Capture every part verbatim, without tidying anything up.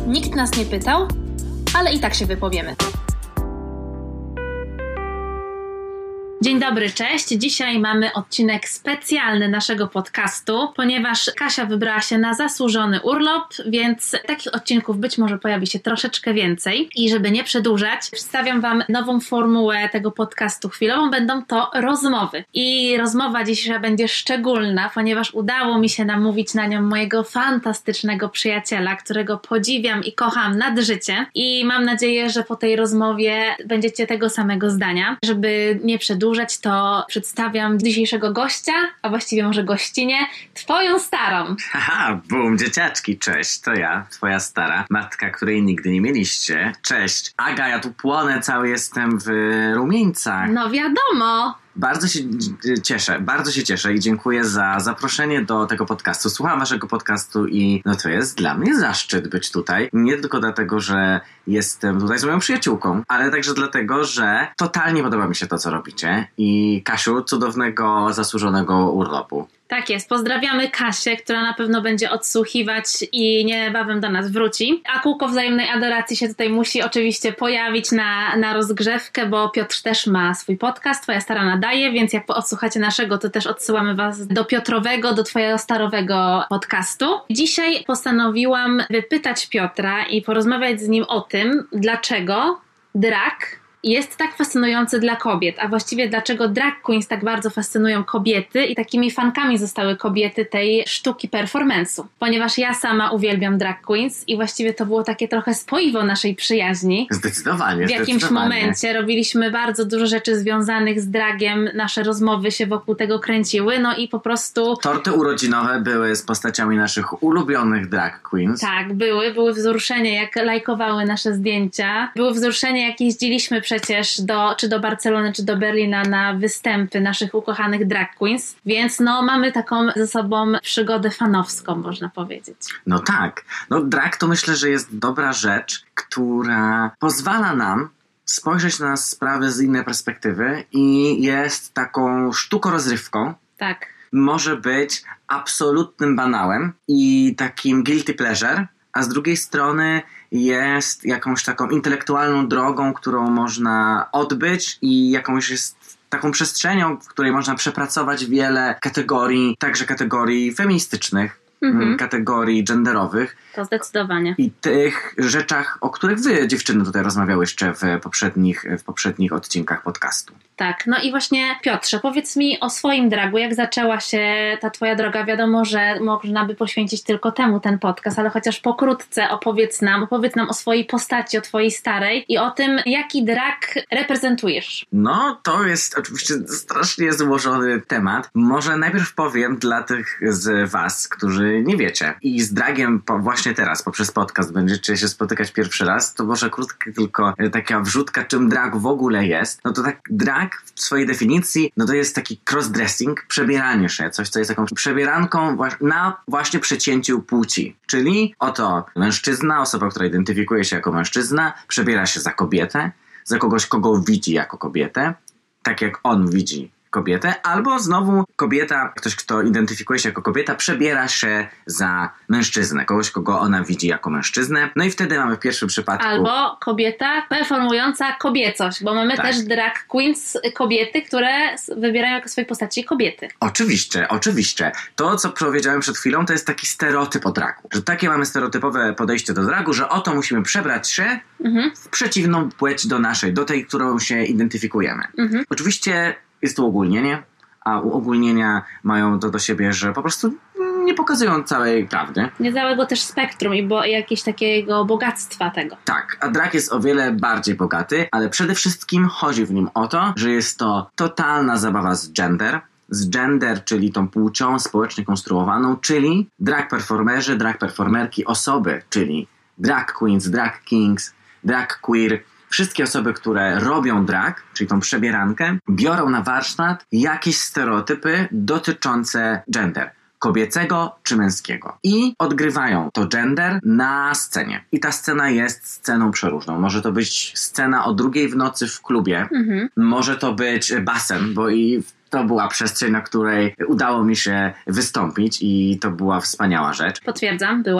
Nikt nas nie pytał, ale i tak się wypowiemy. Dzień dobry, cześć. Dzisiaj mamy odcinek specjalny naszego podcastu, ponieważ Kasia wybrała się na zasłużony urlop, więc takich odcinków być może pojawi się troszeczkę więcej. I żeby nie przedłużać, przedstawiam Wam nową formułę tego podcastu chwilową. Będą to rozmowy. I rozmowa dzisiejsza będzie szczególna, ponieważ udało mi się namówić na nią mojego fantastycznego przyjaciela, którego podziwiam i kocham nad życie. I mam nadzieję, że po tej rozmowie będziecie tego samego zdania. Żeby nie przedłużać, to przedstawiam dzisiejszego gościa, a właściwie może gościnię, twoją starą. Haha, bum, dzieciaczki, cześć, to ja, twoja stara, matka, której nigdy nie mieliście. Cześć, Aga, ja tu płonę, cały jestem w rumieńcach. No wiadomo. Bardzo się cieszę, bardzo się cieszę i dziękuję za zaproszenie do tego podcastu. Słucham waszego podcastu i no to jest dla mnie zaszczyt być tutaj. Nie tylko dlatego, że jestem tutaj z moją przyjaciółką, ale także dlatego, że totalnie podoba mi się to, co robicie. I Kasiu, cudownego, zasłużonego urlopu. Tak jest, pozdrawiamy Kasię, która na pewno będzie odsłuchiwać i niebawem do nas wróci. A kółko wzajemnej adoracji się tutaj musi oczywiście pojawić na, na rozgrzewkę, bo Piotr też ma swój podcast, twoja stara nadaje, więc jak odsłuchacie naszego, to też odsyłamy was do Piotrowego, do twojego starowego podcastu. Dzisiaj postanowiłam wypytać Piotra i porozmawiać z nim o tym, dlaczego drag jest tak fascynujący dla kobiet, a właściwie dlaczego drag queens tak bardzo fascynują kobiety i takimi fankami zostały kobiety tej sztuki performance'u. Ponieważ ja sama uwielbiam drag queens i właściwie to było takie trochę spoiwo naszej przyjaźni. Zdecydowanie, W jakimś zdecydowanie. momencie robiliśmy bardzo dużo rzeczy związanych z dragiem, nasze rozmowy się wokół tego kręciły, no i po prostu... Torty urodzinowe były z postaciami naszych ulubionych drag queens. Tak, były, były wzruszenie, jak lajkowały nasze zdjęcia. Były wzruszenie, jak jeździliśmy przecież do, czy do Barcelony, czy do Berlina na występy naszych ukochanych drag queens, więc no mamy taką ze sobą przygodę fanowską, można powiedzieć. No tak. No drag to myślę, że jest dobra rzecz, która pozwala nam spojrzeć na sprawy z innej perspektywy i jest taką sztukorozrywką. Tak. Może być absolutnym banałem i takim guilty pleasure, a z drugiej strony jest jakąś taką intelektualną drogą, którą można odbyć i jakąś jest taką przestrzenią, w której można przepracować wiele kategorii, także kategorii feministycznych, mhm. kategorii genderowych. To zdecydowanie. I tych rzeczach, o których wy, dziewczyny, tutaj rozmawiałyście w poprzednich, w poprzednich odcinkach podcastu. Tak, no i właśnie Piotrze, powiedz mi o swoim dragu, jak zaczęła się ta twoja droga. Wiadomo, że można by poświęcić tylko temu ten podcast, ale chociaż pokrótce opowiedz nam, opowiedz nam o swojej postaci, o twojej starej i o tym, jaki drag reprezentujesz. No, to jest oczywiście strasznie złożony temat. Może najpierw powiem dla tych z was, którzy nie wiecie i z dragiem po, właśnie teraz poprzez podcast będziecie się spotykać pierwszy raz, to może krótka tylko taka wrzutka, czym drag w ogóle jest. No to tak drag w swojej definicji, no to jest taki crossdressing, przebieranie się, coś co jest taką przebieranką na właśnie przecięciu płci. Czyli oto mężczyzna, osoba, która identyfikuje się jako mężczyzna, przebiera się za kobietę, za kogoś, kogo widzi jako kobietę, tak jak on widzi kobietę, albo znowu kobieta, ktoś, kto identyfikuje się jako kobieta, przebiera się za mężczyznę, kogoś, kogo ona widzi jako mężczyznę. No i wtedy mamy w pierwszym przypadku... Albo kobieta performująca kobiecość, bo mamy tak. też drag queens kobiety, które wybierają jako swojej postaci kobiety. Oczywiście, oczywiście. To, co powiedziałem przed chwilą, to jest taki stereotyp o dragu. Że takie mamy stereotypowe podejście do dragu, że oto musimy przebrać się mhm. w przeciwną płeć do naszej, do tej, którą się identyfikujemy. Mhm. Oczywiście jest to uogólnienie, a uogólnienia mają to do siebie, że po prostu nie pokazują całej prawdy. Nie całego też spektrum i bo jakiegoś takiego bogactwa tego. Tak, a drag jest o wiele bardziej bogaty, ale przede wszystkim chodzi w nim o to, że jest to totalna zabawa z gender, z gender, czyli tą płcią społecznie konstruowaną, czyli drag performerzy, drag performerki, osoby, czyli drag queens, drag kings, drag queer. Wszystkie osoby, które robią drag, czyli tą przebierankę, biorą na warsztat jakieś stereotypy dotyczące gender. Kobiecego czy męskiego. I odgrywają to gender na scenie. I ta scena jest sceną przeróżną. Może to być scena o drugiej w nocy w klubie. Mhm. Może to być basen, bo i to była przestrzeń, na której udało mi się wystąpić i to była wspaniała rzecz. Potwierdzam, byłam.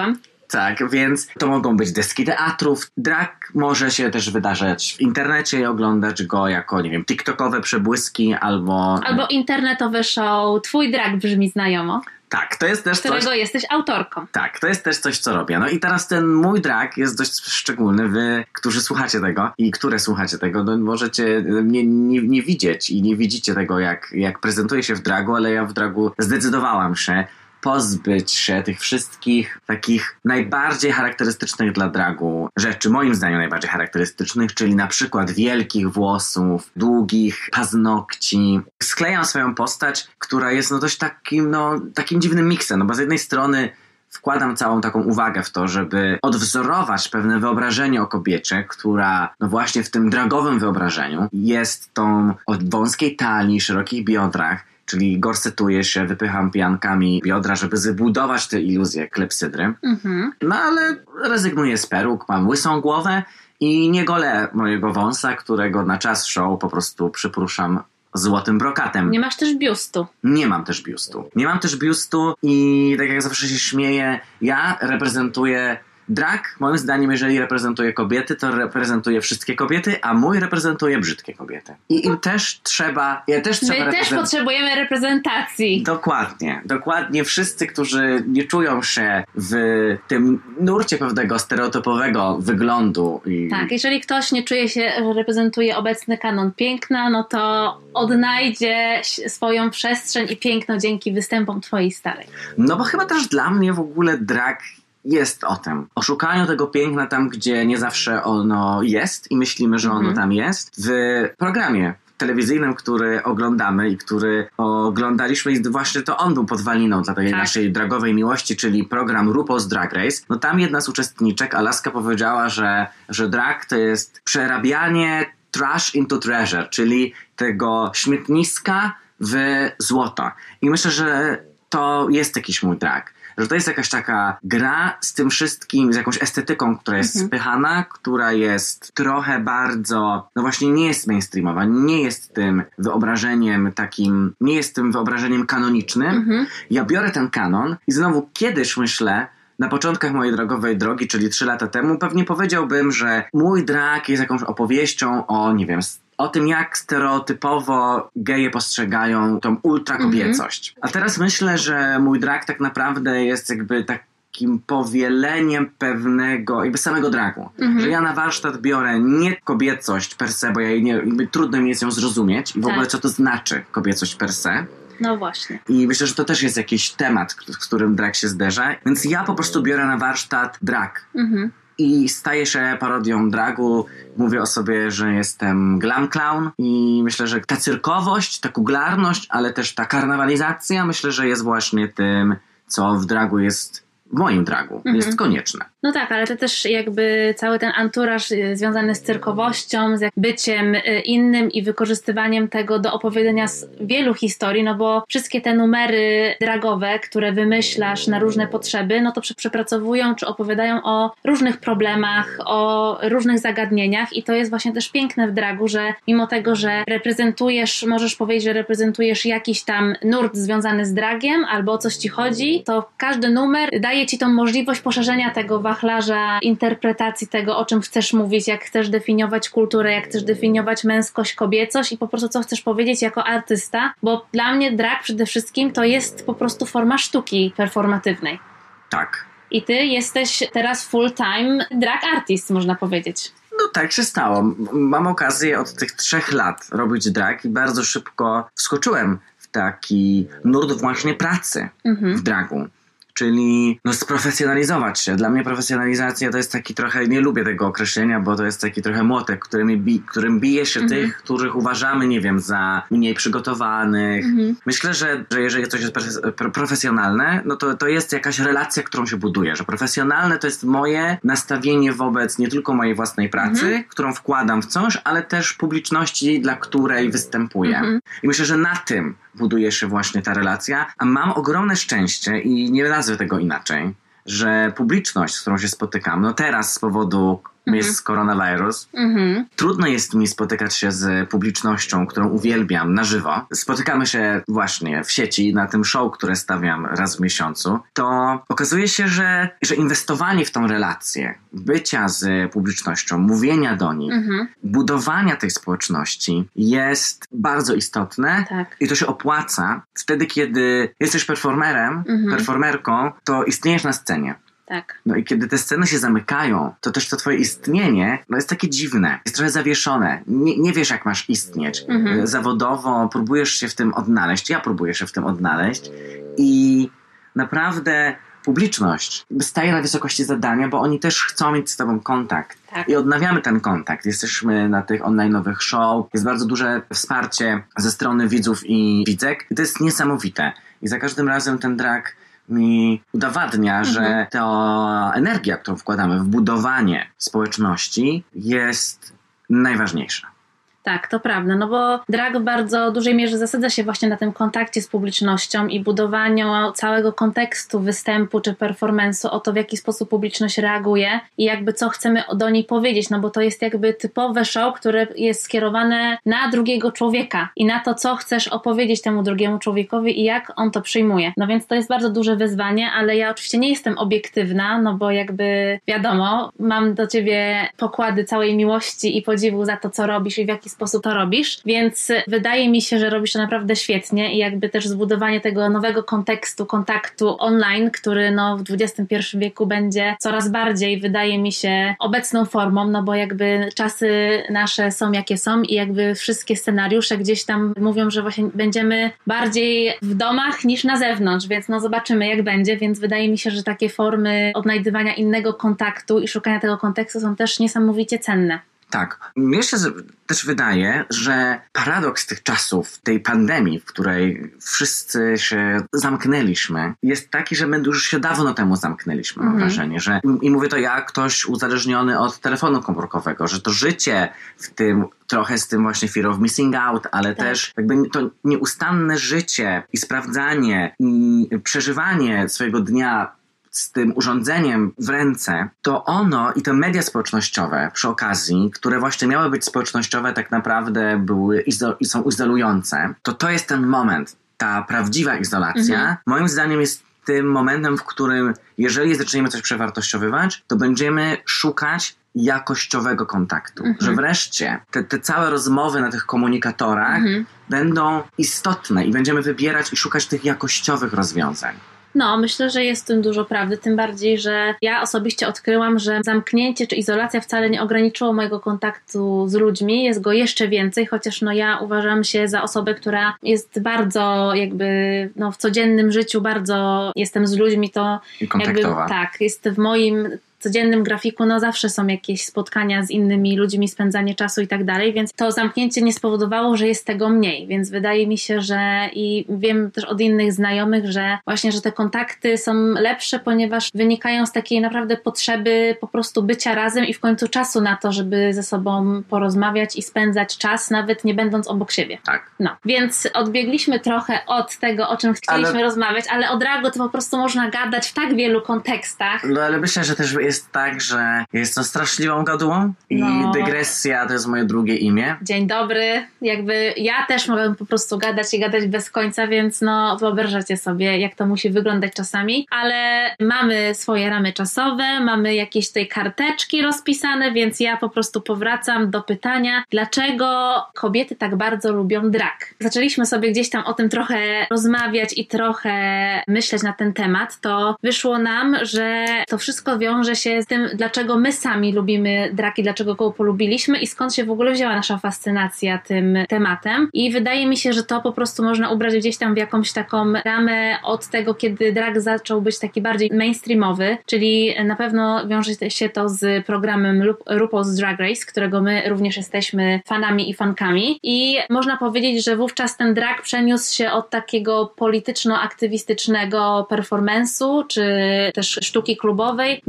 Tak, więc to mogą być deski teatrów. Drag może się też wydarzać w internecie i oglądać go jako, nie wiem, tiktokowe przebłyski albo... Albo internetowe show. Twój drag brzmi znajomo. Tak, to jest też którego coś... jesteś autorką. Tak, to jest też coś, co robię. No i teraz ten mój drag jest dość szczególny. Wy, którzy słuchacie tego i które słuchacie tego, no możecie mnie nie, nie widzieć i nie widzicie tego, jak, jak prezentuję się w dragu, ale ja w dragu zdecydowałam się pozbyć się tych wszystkich takich najbardziej charakterystycznych dla dragu rzeczy, moim zdaniem najbardziej charakterystycznych, czyli na przykład wielkich włosów, długich paznokci. Sklejam swoją postać, która jest no dość takim, no, takim dziwnym miksem, no bo z jednej strony wkładam całą taką uwagę w to, żeby odwzorować pewne wyobrażenie o kobiecie, która no właśnie w tym dragowym wyobrażeniu jest tą o wąskiej talii, szerokich biodrach, czyli gorsetuję się, wypycham piankami biodra, żeby zbudować tę iluzję klepsydry. Mhm. No ale rezygnuję z peruk, mam łysą głowę i nie golę mojego wąsa, którego na czas show po prostu przypruszam złotym brokatem. Nie masz też biustu. Nie mam też biustu. Nie mam też biustu i tak jak zawsze się śmieję, ja reprezentuję drag, moim zdaniem, jeżeli reprezentuje kobiety, to reprezentuje wszystkie kobiety, a mój reprezentuje brzydkie kobiety. I im też trzeba... Ja też trzeba My też reprezent... potrzebujemy reprezentacji. Dokładnie. Dokładnie. Wszyscy, którzy nie czują się w tym nurcie pewnego stereotypowego wyglądu. I... Tak, jeżeli ktoś nie czuje się, że reprezentuje obecny kanon piękna, no to odnajdzie swoją przestrzeń i piękno dzięki występom twojej starej. No bo chyba też dla mnie w ogóle drag jest o tym. O szukaniu tego piękna tam, gdzie nie zawsze ono jest i myślimy, że ono mhm. tam jest. W programie telewizyjnym, który oglądamy i który oglądaliśmy i właśnie to on był podwaliną dla tej tak. naszej dragowej miłości, czyli program RuPaul's Drag Race. No tam jedna z uczestniczek, Alaska, powiedziała, że, że drag to jest przerabianie trash into treasure, czyli tego śmietniska w złoto. I myślę, że to jest jakiś mój drag. Że to jest jakaś taka gra z tym wszystkim, z jakąś estetyką, która jest mhm. spychana, która jest trochę bardzo, no właśnie nie jest mainstreamowa, nie jest tym wyobrażeniem takim, nie jest tym wyobrażeniem kanonicznym. Mhm. Ja biorę ten kanon i znowu kiedyś myślę, na początkach mojej dragowej drogi, czyli trzy lata temu, pewnie powiedziałbym, że mój drag jest jakąś opowieścią o, nie wiem, o tym, jak stereotypowo geje postrzegają tą ultrakobiecość. Mm-hmm. A teraz myślę, że mój drag tak naprawdę jest jakby takim powieleniem pewnego, jakby samego dragu. Mm-hmm. Że ja na warsztat biorę nie kobiecość per se, bo ja jej nie, jakby trudno mi jest ją zrozumieć i w tak. ogóle co to znaczy kobiecość per se. No właśnie. I myślę, że to też jest jakiś temat, z którym drag się zderza. Więc ja po prostu biorę na warsztat drag. Mhm. I staję się parodią dragu. Mówię o sobie, że jestem glam clown i myślę, że ta cyrkowość, ta kuglarność, ale też ta karnawalizacja, myślę, że jest właśnie tym, co w dragu jest, w moim dragu, mhm. jest konieczne. No tak, ale to też jakby cały ten anturaż związany z cyrkowością, z byciem innym i wykorzystywaniem tego do opowiadania wielu historii, no bo wszystkie te numery dragowe, które wymyślasz na różne potrzeby, no to przepracowują czy opowiadają o różnych problemach, o różnych zagadnieniach i to jest właśnie też piękne w dragu, że mimo tego, że reprezentujesz, możesz powiedzieć, że reprezentujesz jakiś tam nurt związany z dragiem albo o coś ci chodzi, to każdy numer daje ci tą możliwość poszerzenia tego wachlarza interpretacji tego, o czym chcesz mówić, jak chcesz definiować kulturę, jak chcesz definiować męskość, kobiecość i po prostu co chcesz powiedzieć jako artysta, bo dla mnie drag przede wszystkim to jest po prostu forma sztuki performatywnej. Tak. I ty jesteś teraz full-time drag artist, można powiedzieć. No tak się stało. Mam okazję od tych trzech lat robić drag i bardzo szybko wskoczyłem w taki nurt właśnie pracy mhm. w dragu. Czyli no sprofesjonalizować się. Dla mnie profesjonalizacja to jest taki trochę, nie lubię tego określenia, bo to jest taki trochę młotek, którym, bi, którym bije się mm-hmm. tych, których uważamy, nie wiem, za mniej przygotowanych. Mm-hmm. Myślę, że, że jeżeli coś jest profesjonalne, no to, to jest jakaś relacja, którą się buduje, że profesjonalne to jest moje nastawienie wobec nie tylko mojej własnej pracy, mm-hmm. którą wkładam w coś, ale też publiczności, dla której występuję. Mm-hmm. I myślę, że na tym buduje się właśnie ta relacja, a mam ogromne szczęście i nie nazwę tego inaczej, że publiczność, z którą się spotykam, no teraz z powodu mm-hmm. jest koronawirus. Mm-hmm. Trudno jest mi spotykać się z publicznością, którą uwielbiam na żywo. Spotykamy się właśnie w sieci na tym show, które stawiam raz w miesiącu. To okazuje się, że, że inwestowanie w tą relację, bycia z publicznością, mówienia do nich, mm-hmm. budowania tej społeczności jest bardzo istotne tak. i to się opłaca wtedy, kiedy jesteś performerem, mm-hmm. performerką, to istniejesz na scenie. Tak. No i kiedy te sceny się zamykają, to też to twoje istnienie no jest takie dziwne, jest trochę zawieszone. Nie, nie wiesz, jak masz istnieć. Mhm. Zawodowo próbujesz się w tym odnaleźć, ja próbuję się w tym odnaleźć i naprawdę publiczność staje na wysokości zadania, bo oni też chcą mieć z tobą kontakt. Tak. I odnawiamy ten kontakt. Jesteśmy na tych online'owych show, jest bardzo duże wsparcie ze strony widzów i widzek i to jest niesamowite. I za każdym razem ten drag mi udowadnia, mhm. że ta energia, którą wkładamy w budowanie społeczności jest najważniejsza. Tak, to prawda, no bo drag w bardzo dużej mierze zasadza się właśnie na tym kontakcie z publicznością i budowaniu całego kontekstu występu czy performance'u o to, w jaki sposób publiczność reaguje i jakby co chcemy do niej powiedzieć, no bo to jest jakby typowe show, które jest skierowane na drugiego człowieka i na to, co chcesz opowiedzieć temu drugiemu człowiekowi i jak on to przyjmuje. No więc to jest bardzo duże wyzwanie, ale ja oczywiście nie jestem obiektywna, no bo jakby wiadomo, mam do ciebie pokłady całej miłości i podziwu za to, co robisz i w jaki sposób to robisz, więc wydaje mi się, że robisz to naprawdę świetnie i jakby też zbudowanie tego nowego kontekstu, kontaktu online, który no w dwudziestym pierwszym wieku będzie coraz bardziej, wydaje mi się, obecną formą, no bo jakby czasy nasze są jakie są i jakby wszystkie scenariusze gdzieś tam mówią, że właśnie będziemy bardziej w domach niż na zewnątrz, więc no zobaczymy jak będzie, więc wydaje mi się, że takie formy odnajdywania innego kontaktu i szukania tego kontekstu są też niesamowicie cenne. Tak. Mnie się też wydaje, że paradoks tych czasów, tej pandemii, w której wszyscy się zamknęliśmy, jest taki, że my już się dawno temu zamknęliśmy, mam mm. wrażenie, że i mówię to ja, ktoś uzależniony od telefonu komórkowego, że to życie w tym trochę z tym właśnie fear of missing out, ale tak. też jakby to nieustanne życie i sprawdzanie i przeżywanie swojego dnia z tym urządzeniem w ręce, to ono i te media społecznościowe przy okazji, które właśnie miały być społecznościowe, tak naprawdę były izo- i są izolujące, to to jest ten moment, ta prawdziwa izolacja, mhm. moim zdaniem jest tym momentem, w którym jeżeli zaczniemy coś przewartościowywać, to będziemy szukać jakościowego kontaktu. Mhm. Że wreszcie te, te całe rozmowy na tych komunikatorach mhm. będą istotne i będziemy wybierać i szukać tych jakościowych rozwiązań. No, myślę, że jest w tym dużo prawdy, tym bardziej, że ja osobiście odkryłam, że zamknięcie czy izolacja wcale nie ograniczyło mojego kontaktu z ludźmi, jest go jeszcze więcej, chociaż no ja uważam się za osobę, która jest bardzo jakby no w codziennym życiu bardzo jestem z ludźmi, to I kontaktowa. Jakby, tak, jest w moim codziennym grafiku, no zawsze są jakieś spotkania z innymi ludźmi, spędzanie czasu i tak dalej, więc to zamknięcie nie spowodowało, że jest tego mniej, więc wydaje mi się, że i wiem też od innych znajomych, że właśnie, że te kontakty są lepsze, ponieważ wynikają z takiej naprawdę potrzeby po prostu bycia razem i w końcu czasu na to, żeby ze sobą porozmawiać i spędzać czas, nawet nie będąc obok siebie. Tak. No, więc odbiegliśmy trochę od tego, o czym chcieliśmy ale... rozmawiać, ale od dragu to po prostu można gadać w tak wielu kontekstach. No ale myślę, że też jest tak, że jestem straszliwą gadułą i no. dygresja to jest moje drugie imię. Dzień dobry. Jakby ja też mogę po prostu gadać i gadać bez końca, więc no wyobrażacie sobie, jak to musi wyglądać czasami, ale mamy swoje ramy czasowe, mamy jakieś tutaj karteczki rozpisane, więc ja po prostu powracam do pytania, dlaczego kobiety tak bardzo lubią drag. Zaczęliśmy sobie gdzieś tam o tym trochę rozmawiać i trochę myśleć na ten temat, to wyszło nam, że to wszystko wiąże się z tym, dlaczego my sami lubimy drag i dlaczego go polubiliśmy i skąd się w ogóle wzięła nasza fascynacja tym tematem. I wydaje mi się, że to po prostu można ubrać gdzieś tam w jakąś taką ramę od tego, kiedy drag zaczął być taki bardziej mainstreamowy, czyli na pewno wiąże się to z programem RuPaul's Drag Race, którego my również jesteśmy fanami i fankami. I można powiedzieć, że wówczas ten drag przeniósł się od takiego polityczno-aktywistycznego performance'u, czy też sztuki klubowej do po prostu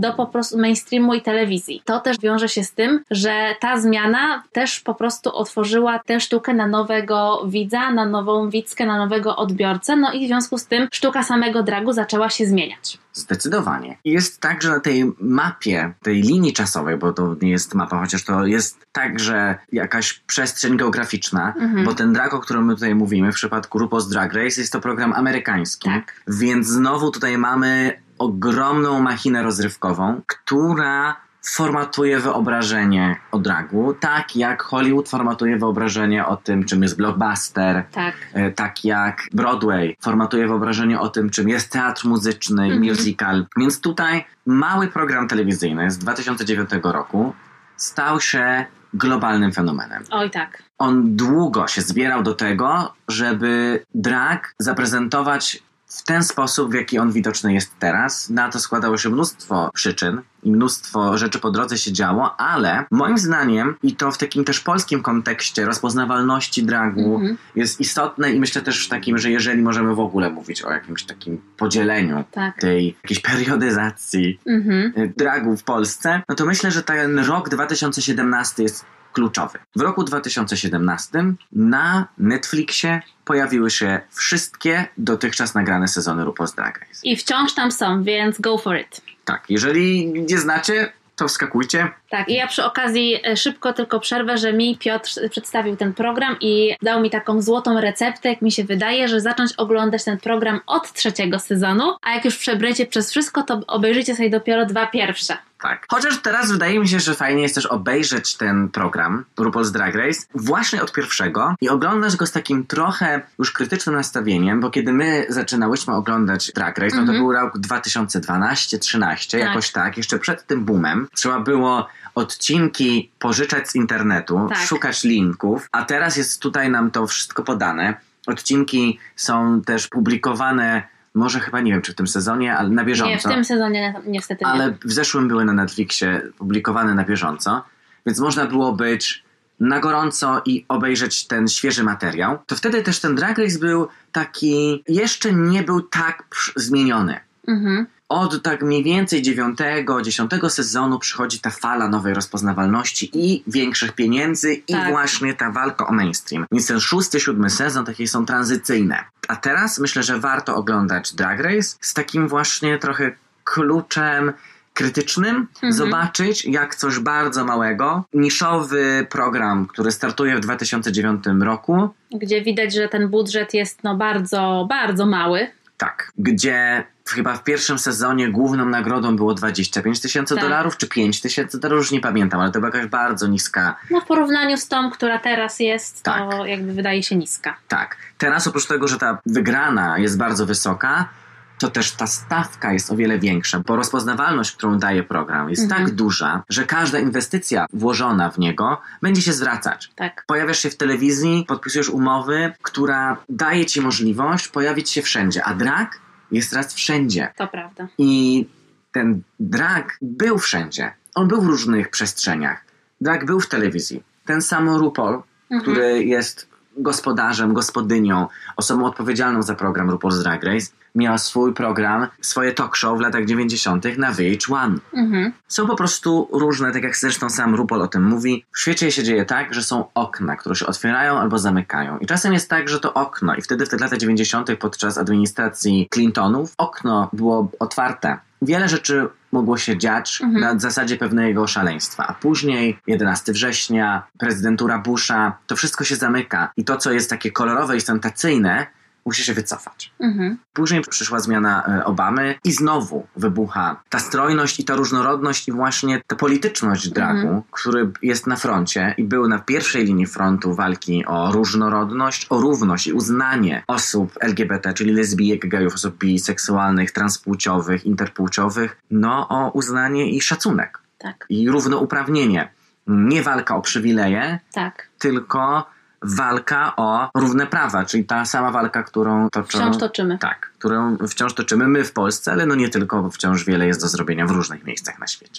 prostu mainstreamu i telewizji. To też wiąże się z tym, że ta zmiana też po prostu otworzyła tę sztukę na nowego widza, na nową widzkę, na nowego odbiorcę, no i w związku z tym sztuka samego dragu zaczęła się zmieniać. Zdecydowanie. Jest tak, że na tej mapie, tej linii czasowej, bo to nie jest mapa, chociaż to jest także jakaś przestrzeń geograficzna, mhm. bo ten drag, o którym my tutaj mówimy, w przypadku RuPaul's Drag Race, jest to program amerykański. Tak. Więc znowu tutaj mamy ogromną machinę rozrywkową, która formatuje wyobrażenie o dragu, tak jak Hollywood formatuje wyobrażenie o tym, czym jest blockbuster, tak, e, tak jak Broadway formatuje wyobrażenie o tym, czym jest teatr muzyczny, mm-hmm. musical. Więc tutaj mały program telewizyjny z dwa tysiące dziewiątego roku stał się globalnym fenomenem. Oj tak. On długo się zbierał do tego, żeby drag zaprezentować w ten sposób, w jaki on widoczny jest teraz. Na to składało się mnóstwo przyczyn i mnóstwo rzeczy po drodze się działo, ale moim zdaniem, i to w takim też polskim kontekście rozpoznawalności dragu mm-hmm. jest istotne i myślę też w takim, że jeżeli możemy w ogóle mówić o jakimś takim podzieleniu tak. tej jakiejś periodyzacji mm-hmm. dragu w Polsce, no to myślę, że ten rok dwa tysiące siedemnasty jest kluczowy. W roku dwa tysiące siedemnastym na Netflixie pojawiły się wszystkie dotychczas nagrane sezony RuPaul's Drag Race. I wciąż tam są, więc go for it. Tak, jeżeli nie znacie, to wskakujcie. Tak, i ja przy okazji szybko tylko przerwę, że mi Piotr przedstawił ten program i dał mi taką złotą receptę, jak mi się wydaje, że zacząć oglądać ten program od trzeciego sezonu, a jak już przebrniecie przez wszystko, to obejrzyjcie sobie dopiero dwa pierwsze. Tak. Chociaż teraz wydaje mi się, że fajnie jest też obejrzeć ten program RuPaul's Drag Race właśnie od pierwszego i oglądać go z takim trochę już krytycznym nastawieniem, bo kiedy my zaczynałyśmy oglądać Drag Race, no to mm-hmm. był rok dwa tysiące dwunasty trzynaście, tak. jakoś tak, jeszcze przed tym boomem. Trzeba było odcinki pożyczać z internetu, tak. szukać linków, a teraz jest tutaj nam to wszystko podane. Odcinki są też publikowane, może chyba, nie wiem, czy w tym sezonie, ale na bieżąco. Nie, w tym sezonie niestety nie. Ale w zeszłym były na Netflixie publikowane na bieżąco, więc można było być na gorąco i obejrzeć ten świeży materiał. To wtedy też ten Drag Race był taki, jeszcze nie był tak zmieniony. Mhm. Od tak mniej więcej dziewiątego, dziesiątego sezonu przychodzi ta fala nowej rozpoznawalności i większych pieniędzy i tak. właśnie ta walka o mainstream. Więc ten szósty, siódmy sezon takie są tranzycyjne. A teraz myślę, że warto oglądać Drag Race z takim właśnie trochę kluczem krytycznym, mhm. zobaczyć jak coś bardzo małego, niszowy program, który startuje w dwa tysiące dziewiątym roku. Gdzie widać, że ten budżet jest no bardzo, bardzo mały. Tak, gdzie chyba w pierwszym sezonie główną nagrodą było dwadzieścia pięć tysięcy tak. dolarów, czy pięć tysięcy dolarów, już nie pamiętam, ale to była jakaś bardzo niska. No w porównaniu z tą, która teraz jest, tak. to jakby wydaje się niska. Tak. Teraz oprócz tego, że ta wygrana jest bardzo wysoka, to też ta stawka jest o wiele większa, bo rozpoznawalność, którą daje program, jest mhm. tak duża, że każda inwestycja włożona w niego będzie się zwracać. Tak. Pojawiasz się w telewizji, podpisujesz umowy, która daje ci możliwość pojawić się wszędzie, a drag jest teraz wszędzie. To prawda. I ten drag był wszędzie. On był w różnych przestrzeniach. Drag był w telewizji. Ten sam RuPaul, mhm. który jest gospodarzem, gospodynią, osobą odpowiedzialną za program RuPaul's Drag Race, miał swój program, swoje talk show w latach dziewięćdziesiątych na V H jeden. Mhm. Są po prostu różne, tak jak zresztą sam RuPaul o tym mówi, w świecie się dzieje tak, że są okna, które się otwierają albo zamykają. I czasem jest tak, że to okno, i wtedy w tych latach dziewięćdziesiątych podczas administracji Clintonów okno było otwarte. Wiele rzeczy mogło się dziać mhm. na zasadzie pewnego szaleństwa. A później, jedenastego września, prezydentura Busha, to wszystko się zamyka. I to, co jest takie kolorowe i ostentacyjne, musi się wycofać. Mhm. Później przyszła zmiana e, Obamy i znowu wybucha ta strojność i ta różnorodność i właśnie ta polityczność dragu, mhm. który jest na froncie i był na pierwszej linii frontu walki o różnorodność, o równość i uznanie osób L G B T, czyli lesbijek, gejów, osób biseksualnych, transpłciowych, interpłciowych, no o uznanie i szacunek. Tak. I równouprawnienie. Nie walka o przywileje, tak. tylko walka o równe prawa, czyli ta sama walka, którą toczą... Wciąż toczymy. Tak, którą wciąż toczymy my w Polsce, ale no nie tylko, bo wciąż wiele jest do zrobienia w różnych miejscach na świecie.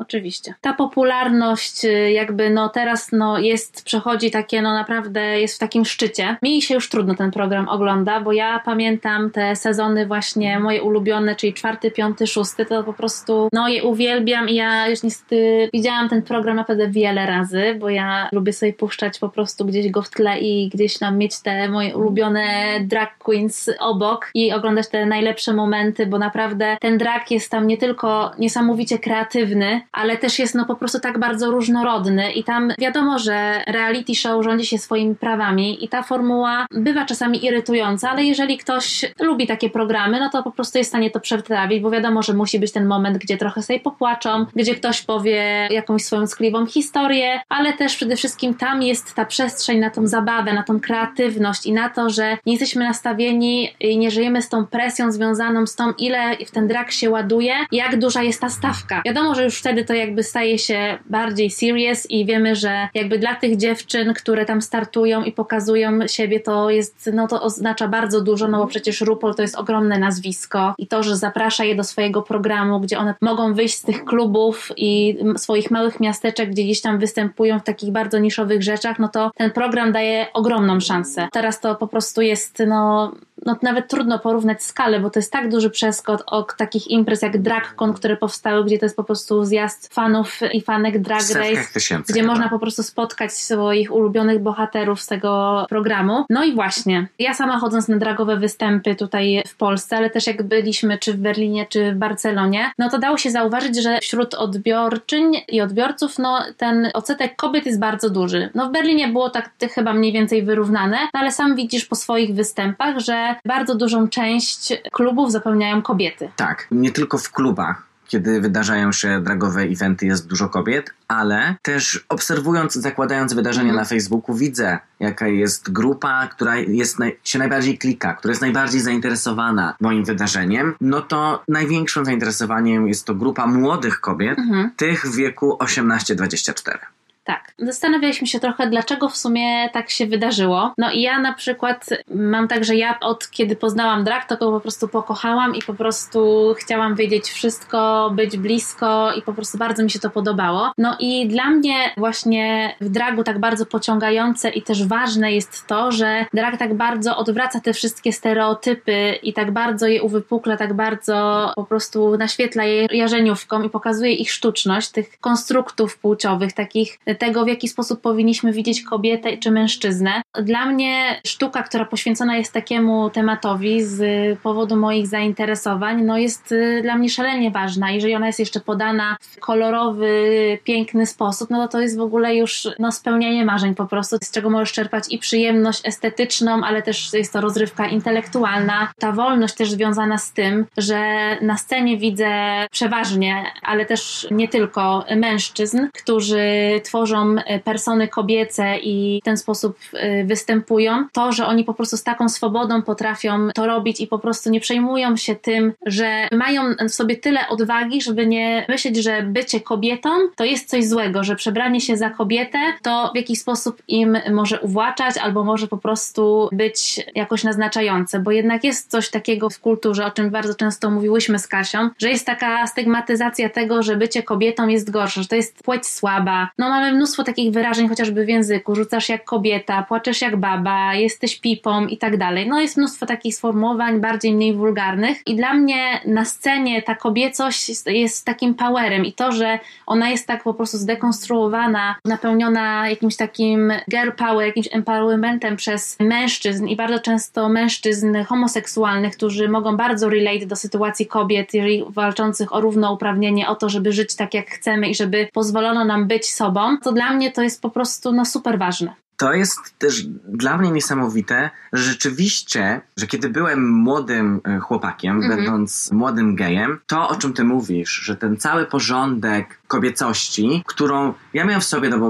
oczywiście. Ta popularność jakby no teraz no jest, przechodzi takie no naprawdę jest w takim szczycie. Mi się już trudno ten program ogląda, bo ja pamiętam te sezony właśnie moje ulubione, czyli czwarty, piąty, szósty, to po prostu no je uwielbiam i ja już niestety widziałam ten program naprawdę wiele razy, bo ja lubię sobie puszczać po prostu gdzieś go w tle i gdzieś tam mieć te moje ulubione drag queens obok i oglądać te najlepsze momenty, bo naprawdę ten drag jest tam nie tylko niesamowicie kreatywny, ale też jest no po prostu tak bardzo różnorodny i tam wiadomo, że reality show rządzi się swoimi prawami i ta formuła bywa czasami irytująca, ale jeżeli ktoś lubi takie programy, no to po prostu jest w stanie to przetrawić, bo wiadomo, że musi być ten moment, gdzie trochę sobie popłaczą, gdzie ktoś powie jakąś swoją tkliwą historię, ale też przede wszystkim tam jest ta przestrzeń na tą zabawę, na tą kreatywność i na to, że nie jesteśmy nastawieni i nie żyjemy z tą presją związaną z tą, ile w ten drag się ładuje, jak duża jest ta stawka. Wiadomo, że już wtedy to jakby staje się bardziej serious i wiemy, że jakby dla tych dziewczyn, które tam startują i pokazują siebie, to jest, no to oznacza bardzo dużo, no bo przecież RuPaul to jest ogromne nazwisko i to, że zaprasza je do swojego programu, gdzie one mogą wyjść z tych klubów i swoich małych miasteczek, gdzie gdzieś tam występują w takich bardzo niszowych rzeczach, no to ten program daje ogromną szansę. Teraz to po prostu jest, no, no nawet trudno porównać skalę, bo to jest tak duży przeskok od takich imprez jak DragCon, które powstały, gdzie to jest po prostu zjazd fanów i fanek Drag Race, tysięcy, gdzie chyba. można po prostu spotkać swoich ulubionych bohaterów z tego programu. No i właśnie, ja sama chodząc na dragowe występy tutaj w Polsce, ale też jak byliśmy czy w Berlinie, czy w Barcelonie, no to dało się zauważyć, że wśród odbiorczyń i odbiorców, no ten odsetek kobiet jest bardzo duży. No w Berlinie było tak chyba mniej więcej wyrównane, no ale sam widzisz po swoich występach, że bardzo dużą część klubów zapełniają kobiety. Tak, nie tylko w klubach, kiedy wydarzają się dragowe eventy, jest dużo kobiet, ale też obserwując, zakładając wydarzenia mm. na Facebooku, widzę, jaka jest grupa, która jest naj, się najbardziej klika, która jest najbardziej zainteresowana moim wydarzeniem, no to największym zainteresowaniem jest to grupa młodych kobiet, mm-hmm. tych w wieku osiemnaście dwadzieścia cztery. Tak. Zastanawialiśmy się trochę, dlaczego w sumie tak się wydarzyło. No i ja na przykład mam tak, że ja od kiedy poznałam drag, to go po prostu pokochałam i po prostu chciałam wiedzieć wszystko, być blisko i po prostu bardzo mi się to podobało. No i dla mnie właśnie w dragu tak bardzo pociągające i też ważne jest to, że drag tak bardzo odwraca te wszystkie stereotypy i tak bardzo je uwypukla, tak bardzo po prostu naświetla je jarzeniówką i pokazuje ich sztuczność, tych konstruktów płciowych, takich tego, w jaki sposób powinniśmy widzieć kobietę czy mężczyznę. Dla mnie sztuka, która poświęcona jest takiemu tematowi z powodu moich zainteresowań, no jest dla mnie szalenie ważna. Jeżeli ona jest jeszcze podana w kolorowy, piękny sposób, no to to jest w ogóle już no, spełnienie marzeń po prostu, z czego możesz czerpać i przyjemność estetyczną, ale też jest to rozrywka intelektualna. Ta wolność też związana z tym, że na scenie widzę przeważnie, ale też nie tylko mężczyzn, którzy tworzą persony kobiece i w ten sposób występują. To, że oni po prostu z taką swobodą potrafią to robić i po prostu nie przejmują się tym, że mają w sobie tyle odwagi, żeby nie myśleć, że bycie kobietą to jest coś złego, że przebranie się za kobietę to w jakiś sposób im może uwłaczać albo może po prostu być jakoś naznaczające, bo jednak jest coś takiego w kulturze, o czym bardzo często mówiłyśmy z Kasią, że jest taka stygmatyzacja tego, że bycie kobietą jest gorsze, że to jest płeć słaba. No mamy mnóstwo takich wyrażeń chociażby w języku, rzucasz jak kobieta, płaczesz jak baba, jesteś pipą i tak dalej. No jest mnóstwo takich sformułowań bardziej mniej wulgarnych i dla mnie na scenie ta kobiecość jest, jest takim powerem i to, że ona jest tak po prostu zdekonstruowana, napełniona jakimś takim girl power, jakimś empowermentem przez mężczyzn i bardzo często mężczyzn homoseksualnych, którzy mogą bardzo relate do sytuacji kobiet, jeżeli walczących o równouprawnienie, o to, żeby żyć tak jak chcemy i żeby pozwolono nam być sobą, to dla mnie to jest po prostu no super ważne. To jest też dla mnie niesamowite, że rzeczywiście, że kiedy byłem młodym chłopakiem, mm-hmm. będąc młodym gejem, to o czym ty mówisz, że ten cały porządek kobiecości, którą ja miałem w sobie, no bo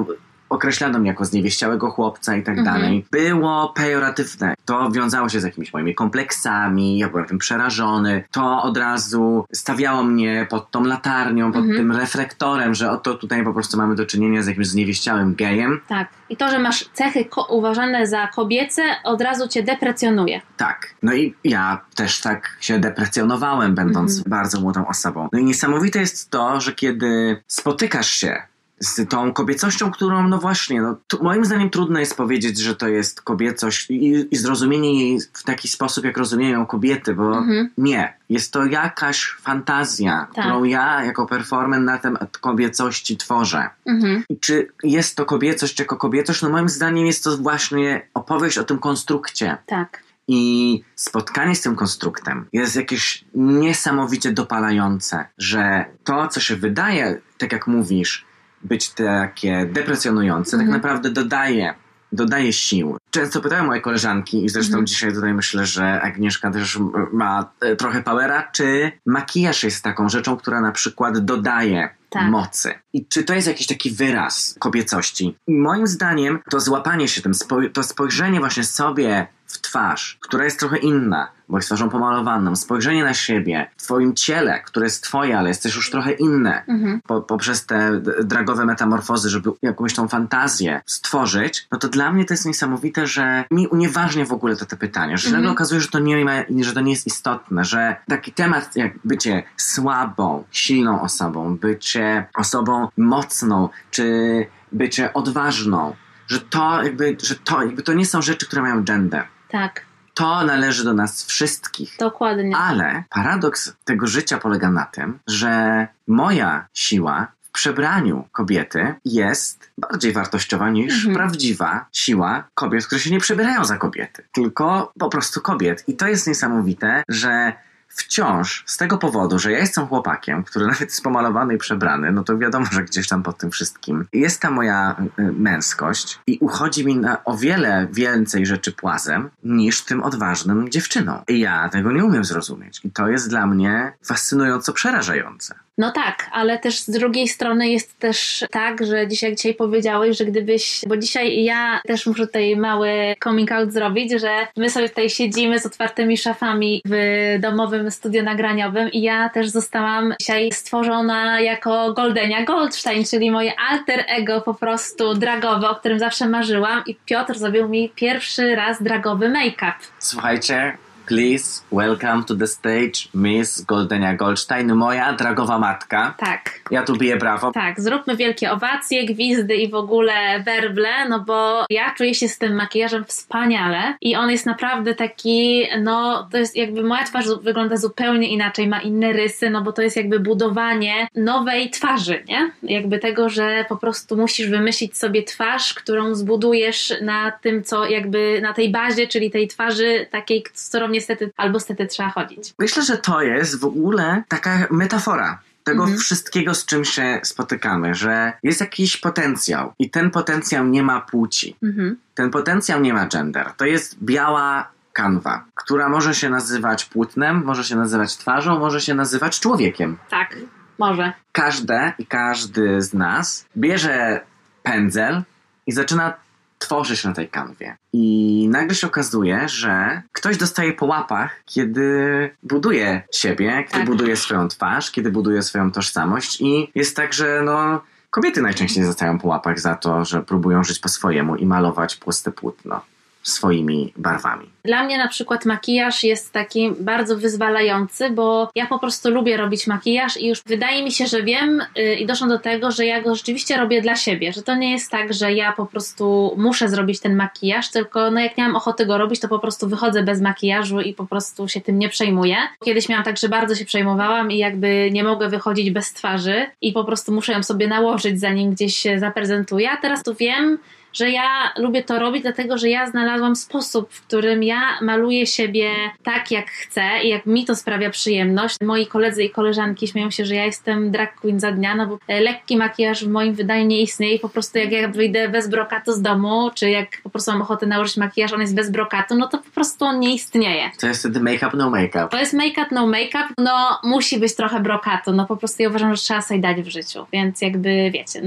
określano mnie jako zniewieściałego chłopca i tak mhm. dalej, było pejoratywne. To wiązało się z jakimiś moimi kompleksami, ja byłem tym przerażony. To od razu stawiało mnie pod tą latarnią, pod mhm. tym reflektorem, że oto tutaj po prostu mamy do czynienia z jakimś zniewieściałym gejem. Tak. I to, że masz cechy ko- uważane za kobiece, od razu cię deprecjonuje. Tak. No i ja też tak się deprecjonowałem, będąc mhm. bardzo młodą osobą. No i niesamowite jest to, że kiedy spotykasz się z tą kobiecością, którą, no właśnie, no, tu, moim zdaniem trudno jest powiedzieć, że to jest kobiecość i, i zrozumienie jej w taki sposób, jak rozumieją kobiety, bo mhm. nie. Jest to jakaś fantazja, tak. którą ja jako performer na temat kobiecości tworzę. Mhm. I czy jest to kobiecość jako kobiecość? No moim zdaniem jest to właśnie opowieść o tym konstrukcie. Tak. I spotkanie z tym konstruktem jest jakieś niesamowicie dopalające, że to, co się wydaje, tak jak mówisz, być takie deprecjonujące, mm. tak naprawdę dodaje, dodaje sił. Często pytają moje koleżanki i zresztą mm. dzisiaj tutaj myślę, że Agnieszka też ma trochę powera, czy makijaż jest taką rzeczą, która na przykład dodaje tak. mocy. I czy to jest jakiś taki wyraz kobiecości? I moim zdaniem to złapanie się tym, spo- to spojrzenie właśnie sobie w twarz, która jest trochę inna, bo jest twarzą pomalowaną, spojrzenie na siebie, w twoim ciele, które jest twoje, ale jest też już trochę inne, mhm. po, poprzez te dragowe metamorfozy, żeby jakąś tą fantazję stworzyć, no to dla mnie to jest niesamowite, że mi unieważnia w ogóle to te pytania, że mhm. nagle okazuje, że to, nie ma, że to nie jest istotne, że taki temat jak bycie słabą, silną osobą, bycie osobą mocną, czy bycie odważną, że to jakby, że to jakby to nie są rzeczy, które mają gender. Tak. To należy do nas wszystkich. Dokładnie. Ale paradoks tego życia polega na tym, że moja siła w przebraniu kobiety jest bardziej wartościowa niż mhm. prawdziwa siła kobiet, które się nie przebierają za kobiety, tylko po prostu kobiet. I to jest niesamowite, że wciąż z tego powodu, że ja jestem chłopakiem, który nawet jest pomalowany i przebrany, no to wiadomo, że gdzieś tam pod tym wszystkim jest ta moja y, męskość i uchodzi mi na o wiele więcej rzeczy płazem niż tym odważnym dziewczynom. I ja tego nie umiem zrozumieć. I to jest dla mnie fascynująco przerażające. No tak, ale też z drugiej strony jest też tak, że dzisiaj, jak dzisiaj powiedziałeś, że gdybyś, bo dzisiaj ja też muszę tutaj mały coming out zrobić, że my sobie tutaj siedzimy z otwartymi szafami w domowym studiu nagraniowym i ja też zostałam dzisiaj stworzona jako Goldenia Goldstein, czyli moje alter ego po prostu dragowe, o którym zawsze marzyłam i Piotr zrobił mi pierwszy raz dragowy make-up. Słuchajcie, please welcome to the stage Miss Goldenia Goldstein, moja dragowa matka. Tak. Ja tu biję brawo. Tak, zróbmy wielkie owacje, gwizdy i w ogóle werble, no bo ja czuję się z tym makijażem wspaniale i on jest naprawdę taki, no to jest jakby moja twarz wygląda zupełnie inaczej, ma inne rysy, no bo to jest jakby budowanie nowej twarzy, nie? Jakby tego, że po prostu musisz wymyślić sobie twarz, którą zbudujesz na tym, co jakby na tej bazie, czyli tej twarzy takiej, z którą niestety albo stety trzeba chodzić. Myślę, że to jest w ogóle taka metafora tego mhm. wszystkiego, z czym się spotykamy, że jest jakiś potencjał i ten potencjał nie ma płci. Mhm. Ten potencjał nie ma gender. To jest biała kanwa, która może się nazywać płótnem, może się nazywać twarzą, może się nazywać człowiekiem. Tak, może. Każde i każdy z nas bierze pędzel i zaczyna tworzyć na tej kanwie. I nagle się okazuje, że ktoś dostaje po łapach, kiedy buduje siebie, kiedy tak. buduje swoją twarz, kiedy buduje swoją tożsamość i jest tak, że no kobiety najczęściej dostają po łapach za to, że próbują żyć po swojemu i malować puste płótno swoimi barwami. Dla mnie na przykład makijaż jest taki bardzo wyzwalający, bo ja po prostu lubię robić makijaż i już wydaje mi się, że wiem yy, i doszłam do tego, że ja go rzeczywiście robię dla siebie, że to nie jest tak, że ja po prostu muszę zrobić ten makijaż, tylko no jak nie mam ochoty go robić, to po prostu wychodzę bez makijażu i po prostu się tym nie przejmuję. Kiedyś miałam tak, że bardzo się przejmowałam i jakby nie mogę wychodzić bez twarzy i po prostu muszę ją sobie nałożyć, zanim gdzieś się zaprezentuję, a teraz tu wiem, że ja lubię to robić, dlatego że ja znalazłam sposób, w którym ja maluję siebie tak, jak chcę i jak mi to sprawia przyjemność. Moi koledzy i koleżanki śmieją się, że ja jestem drag queen za dnia, no bo lekki makijaż w moim wydaniu nie istnieje i po prostu jak ja wyjdę bez brokatu z domu, czy jak po prostu mam ochotę nałożyć makijaż, on jest bez brokatu, no to po prostu on nie istnieje. To jest wtedy make-up, no make-up. To jest make-up, no make-up, no musi być trochę brokatu, no po prostu ja uważam, że trzeba sobie dać w życiu, więc jakby wiecie, no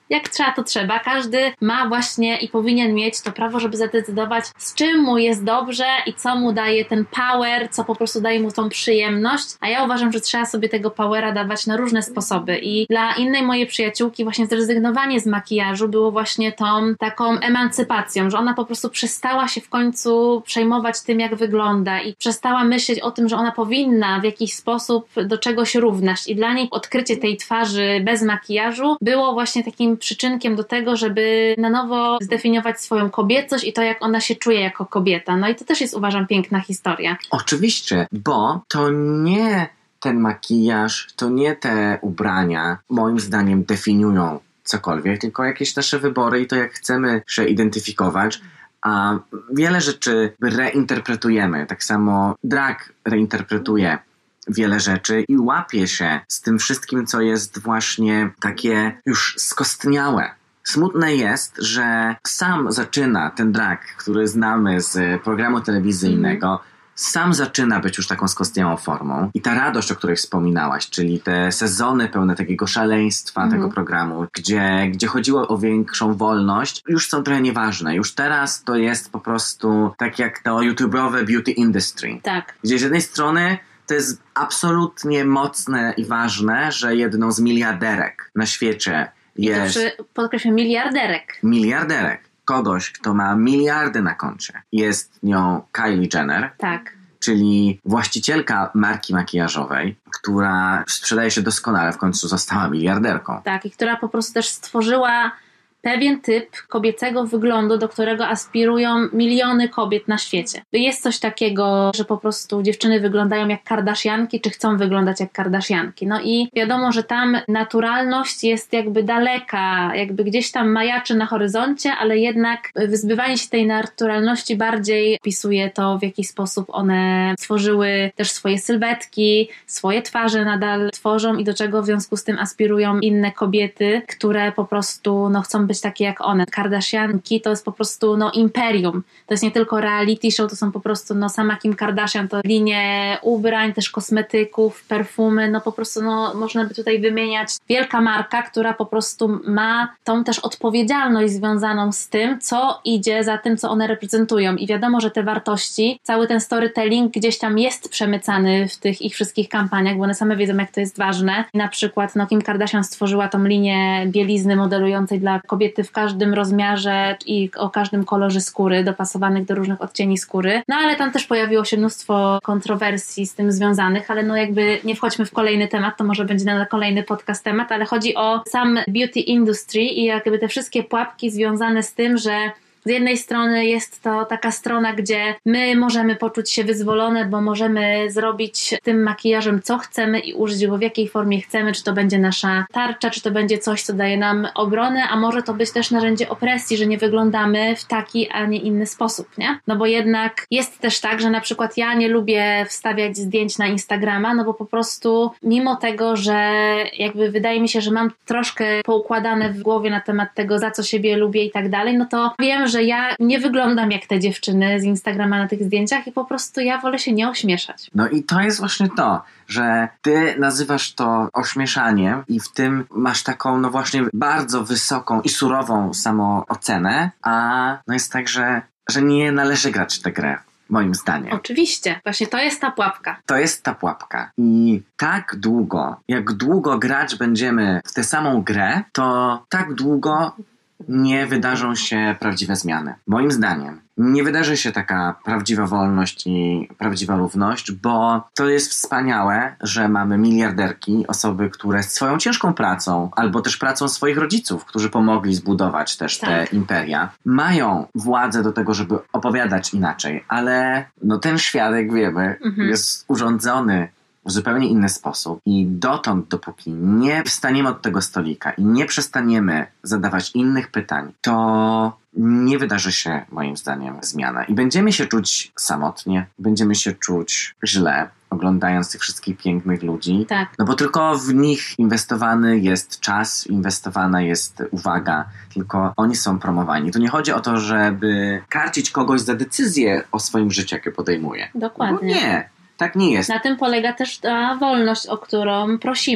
jak trzeba, to trzeba. Każdy ma właśnie i powinien mieć to prawo, żeby zadecydować, z czym mu jest dobrze i co mu daje ten power, co po prostu daje mu tą przyjemność. A ja uważam, że trzeba sobie tego powera dawać na różne sposoby. I dla innej mojej przyjaciółki właśnie zrezygnowanie z makijażu było właśnie tą taką emancypacją, że ona po prostu przestała się w końcu przejmować tym, jak wygląda i przestała myśleć o tym, że ona powinna w jakiś sposób do czegoś równać. I dla niej odkrycie tej twarzy bez makijażu było właśnie takim przyczynkiem do tego, żeby na nowo zdefiniować swoją kobiecość i to, jak ona się czuje jako kobieta. No i to też jest, uważam, piękna historia. Oczywiście, bo to nie ten makijaż, to nie te ubrania moim zdaniem definiują cokolwiek, tylko jakieś nasze wybory i to, jak chcemy się identyfikować. A wiele rzeczy reinterpretujemy. Tak samo drag reinterpretuje wiele rzeczy i łapie się z tym wszystkim, co jest właśnie takie już skostniałe. Smutne jest, że sam zaczyna ten drag, który znamy z programu telewizyjnego, mm. sam zaczyna być już taką skostniałą formą. I ta radość, o której wspominałaś, czyli te sezony pełne takiego szaleństwa mm. tego programu, gdzie, gdzie chodziło o większą wolność, już są trochę nieważne. Już teraz to jest po prostu tak jak to YouTube'owe beauty industry. Tak. Gdzie z jednej strony to jest absolutnie mocne i ważne, że jedną z miliarderek na świecie jest... I to przy, podkreślam, miliarderek. Miliarderek. Kogoś, kto ma miliardy na koncie. Jest nią Kylie Jenner. Tak. Czyli właścicielka marki makijażowej, która sprzedaje się doskonale, w końcu została miliarderką. Tak, i która po prostu też stworzyła pewien typ kobiecego wyglądu, do którego aspirują miliony kobiet na świecie. Jest coś takiego, że po prostu dziewczyny wyglądają jak Kardashianki, czy chcą wyglądać jak Kardashianki. No i wiadomo, że tam naturalność jest jakby daleka, jakby gdzieś tam majaczy na horyzoncie, ale jednak wyzbywanie się tej naturalności bardziej opisuje to, w jaki sposób one stworzyły też swoje sylwetki, swoje twarze nadal tworzą i do czego w związku z tym aspirują inne kobiety, które po prostu no, chcą być takie jak one. Kardashianki to jest po prostu no imperium. To jest nie tylko reality show, to są po prostu no sama Kim Kardashian, to linie ubrań, też kosmetyków, perfumy, no po prostu no można by tutaj wymieniać. Wielka marka, która po prostu ma tą też odpowiedzialność związaną z tym, co idzie za tym, co one reprezentują. I wiadomo, że te wartości, cały ten storytelling gdzieś tam jest przemycany w tych ich wszystkich kampaniach, bo one same wiedzą, jak to jest ważne. I na przykład no Kim Kardashian stworzyła tą linię bielizny modelującej dla kobiety w każdym rozmiarze i o każdym kolorze skóry, dopasowanych do różnych odcieni skóry. No ale tam też pojawiło się mnóstwo kontrowersji z tym związanych, ale no jakby nie wchodźmy w kolejny temat, to może będzie na kolejny podcast temat, ale chodzi o sam beauty industry i jakby te wszystkie pułapki związane z tym, że z jednej strony jest to taka strona, gdzie my możemy poczuć się wyzwolone, bo możemy zrobić tym makijażem co chcemy i użyć go w jakiej formie chcemy, czy to będzie nasza tarcza, czy to będzie coś, co daje nam obronę, a może to być też narzędzie opresji, że nie wyglądamy w taki, a nie inny sposób, nie? No bo jednak jest też tak, że na przykład ja nie lubię wstawiać zdjęć na Instagrama, no bo po prostu mimo tego, że jakby wydaje mi się, że mam troszkę poukładane w głowie na temat tego, za co siebie lubię i tak dalej, no to wiem, że ja nie wyglądam jak te dziewczyny z Instagrama na tych zdjęciach i po prostu ja wolę się nie ośmieszać. No i to jest właśnie to, że ty nazywasz to ośmieszaniem i w tym masz taką no właśnie bardzo wysoką i surową samoocenę, a no jest tak, że, że nie należy grać w tę grę. Moim zdaniem. Oczywiście. Właśnie to jest ta pułapka. To jest ta pułapka. I tak długo, jak długo grać będziemy w tę samą grę, to tak długo nie wydarzą się prawdziwe zmiany. Moim zdaniem nie wydarzy się taka prawdziwa wolność i prawdziwa równość, bo to jest wspaniałe, że mamy miliarderki, osoby, które swoją ciężką pracą, albo też pracą swoich rodziców, którzy pomogli zbudować też tak. te imperia, mają władzę do tego, żeby opowiadać inaczej, ale no ten świat, jak wiemy, mhm. jest urządzony w zupełnie inny sposób i dotąd, dopóki nie wstaniemy od tego stolika i nie przestaniemy zadawać innych pytań, to nie wydarzy się, moim zdaniem, zmiana. I będziemy się czuć samotnie, będziemy się czuć źle, oglądając tych wszystkich pięknych ludzi. Tak. No bo tylko w nich inwestowany jest czas, inwestowana jest uwaga, tylko oni są promowani. Tu nie chodzi o to, żeby karcić kogoś za decyzję o swoim życiu, jakie podejmuje. Dokładnie. No nie. Tak nie jest. Na tym polega też ta wolność, o którą prosimy.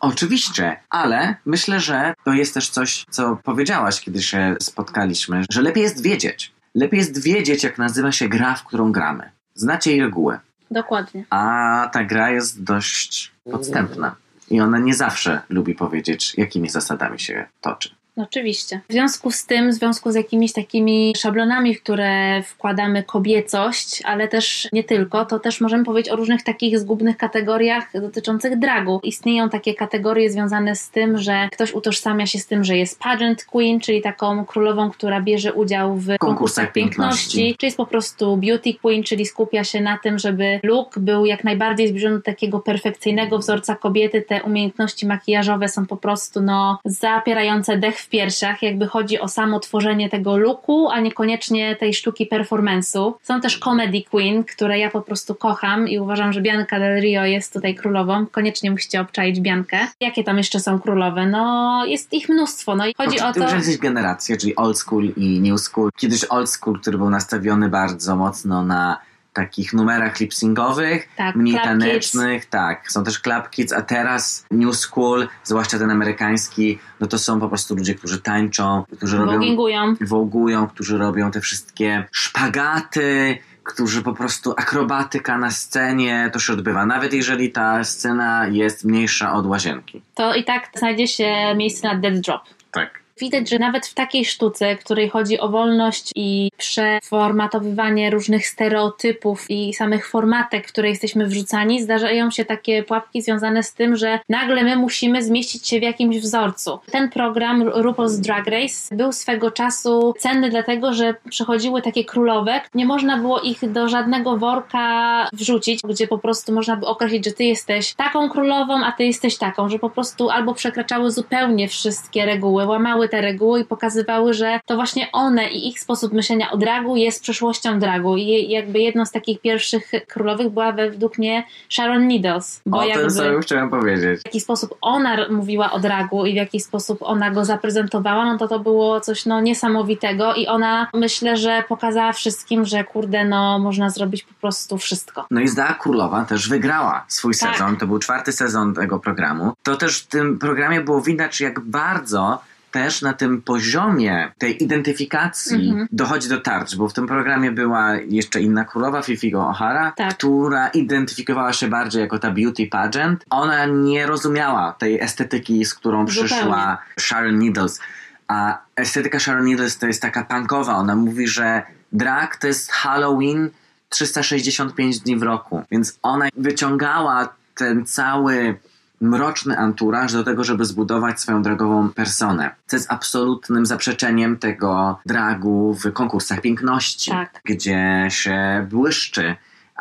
Oczywiście, ale myślę, że to jest też coś, co powiedziałaś, kiedy się spotkaliśmy, że lepiej jest wiedzieć. Lepiej jest wiedzieć, jak nazywa się gra, w którą gramy. Znacie jej reguły. Dokładnie. A ta gra jest dość podstępna. I ona nie zawsze lubi powiedzieć, jakimi zasadami się toczy. Oczywiście. W związku z tym, w związku z jakimiś takimi szablonami, w które wkładamy kobiecość, ale też nie tylko, to też możemy powiedzieć o różnych takich zgubnych kategoriach dotyczących dragu. Istnieją takie kategorie związane z tym, że ktoś utożsamia się z tym, że jest pageant queen, czyli taką królową, która bierze udział w konkursach piękności, piękności, czy jest po prostu beauty queen, czyli skupia się na tym, żeby look był jak najbardziej zbliżony do takiego perfekcyjnego wzorca kobiety. Te umiejętności makijażowe są po prostu no zapierające dech w piersiach, jakby chodzi o samo tworzenie tego looku, a niekoniecznie tej sztuki performance'u. Są też comedy queen, które ja po prostu kocham i uważam, że Bianca Del Rio jest tutaj królową. Koniecznie musicie obczaić Biankę. Jakie tam jeszcze są królowe? No jest ich mnóstwo. No i chodzi no, o to... To już jest generacje, czyli old school i new school. Kiedyś old school, który był nastawiony bardzo mocno na takich numerach lip-syncowych, tak, mniej tanecznych, kids. Tak, są też club kids, a teraz new school, zwłaszcza ten amerykański, no to są po prostu ludzie, którzy tańczą, którzy robią wogingują, wogują, którzy robią te wszystkie szpagaty, którzy po prostu akrobatyka na scenie, to się odbywa, nawet jeżeli ta scena jest mniejsza od łazienki. To i tak znajdzie się miejsce na dead drop. Tak. Widać, że nawet w takiej sztuce, której chodzi o wolność i przeformatowywanie różnych stereotypów i samych formatek, w które jesteśmy wrzucani, zdarzają się takie pułapki związane z tym, że nagle my musimy zmieścić się w jakimś wzorcu. Ten program RuPaul's Drag Race był swego czasu cenny dlatego, że przychodziły takie królowe, nie można było ich do żadnego worka wrzucić, gdzie po prostu można by określić, że ty jesteś taką królową, a ty jesteś taką, że po prostu albo przekraczały zupełnie wszystkie reguły, łamały te reguły i pokazywały, że to właśnie one i ich sposób myślenia o dragu jest przyszłością dragu. I jakby jedną z takich pierwszych królowych była według mnie Sharon Needles. Bo o jakby tym sobie chciałem powiedzieć. W jaki sposób ona mówiła o dragu i w jaki sposób ona go zaprezentowała, no to to było coś no niesamowitego i ona myślę, że pokazała wszystkim, że kurde, no można zrobić po prostu wszystko. No i Zda Królowa też wygrała swój tak. sezon. To był czwarty sezon tego programu. To też w tym programie było widać, jak bardzo też na tym poziomie tej identyfikacji mm-hmm. dochodzi do tarcz, bo w tym programie była jeszcze inna królowa, Fifi O'Hara, tak. która identyfikowała się bardziej jako ta beauty pageant. Ona nie rozumiała tej estetyki, z którą Zupełnie. przyszła Sharon Needles. A estetyka Sharon Needles to jest taka punkowa. Ona mówi, że drag to jest Halloween trzysta sześćdziesiąt pięć dni w roku. Więc ona wyciągała ten cały mroczny anturaż do tego, żeby zbudować swoją dragową personę. Co jest absolutnym zaprzeczeniem tego dragu w konkursach piękności, tak. gdzie się błyszczy,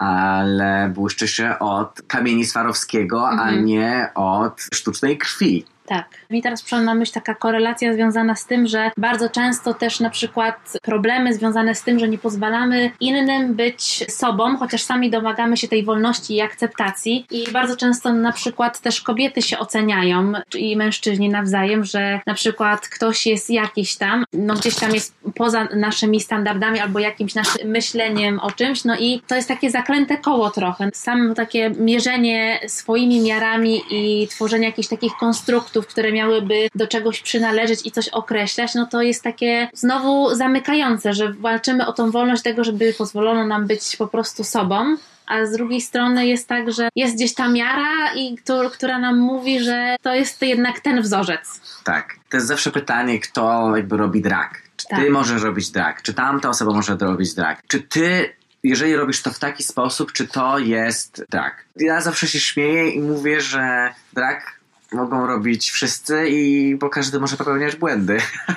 ale błyszczy się od kamieni Swarowskiego, mhm. a nie od sztucznej krwi. Tak. Mi teraz przyszła na myśl taka korelacja związana z tym, że bardzo często też na przykład problemy związane z tym, że nie pozwalamy innym być sobą, chociaż sami domagamy się tej wolności i akceptacji i bardzo często na przykład też kobiety się oceniają i mężczyźni nawzajem, że na przykład ktoś jest jakiś tam, no gdzieś tam jest poza naszymi standardami albo jakimś naszym myśleniem o czymś, no i to jest takie zaklęte koło trochę. Samo takie mierzenie swoimi miarami i tworzenie jakichś takich konstruktów, które miałyby do czegoś przynależeć i coś określać, no to jest takie znowu zamykające, że walczymy o tą wolność tego, żeby pozwolono nam być po prostu sobą, a z drugiej strony jest tak, że jest gdzieś ta miara, i która, która nam mówi, że to jest jednak ten wzorzec. Tak. To jest zawsze pytanie, kto jakby robi drag. Czy ty tak. możesz robić drag? Czy tamta osoba może robić drag? Czy ty, jeżeli robisz to w taki sposób, czy to jest drag? Ja zawsze się śmieję i mówię, że drag mogą robić wszyscy i bo każdy może popełniać błędy.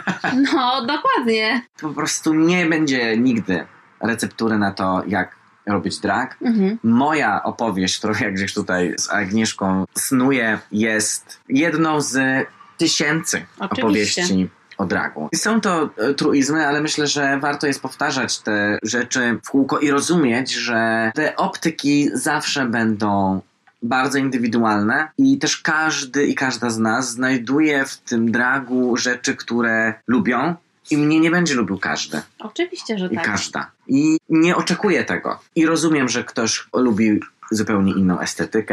No, dokładnie. Po prostu nie będzie nigdy receptury na to, jak robić drag. Mhm. Moja opowieść, którą ja gdzieś tutaj z Agnieszką snuję, jest jedną z tysięcy Oczywiście. opowieści o dragu. Są to truizmy, ale myślę, że warto jest powtarzać te rzeczy w kółko i rozumieć, że te optyki zawsze będą bardzo indywidualne i też każdy i każda z nas znajduje w tym dragu rzeczy, które lubią i mnie nie będzie lubił każdy. Oczywiście, że I tak. każda. I nie oczekuję tego. I rozumiem, że ktoś lubi zupełnie inną estetykę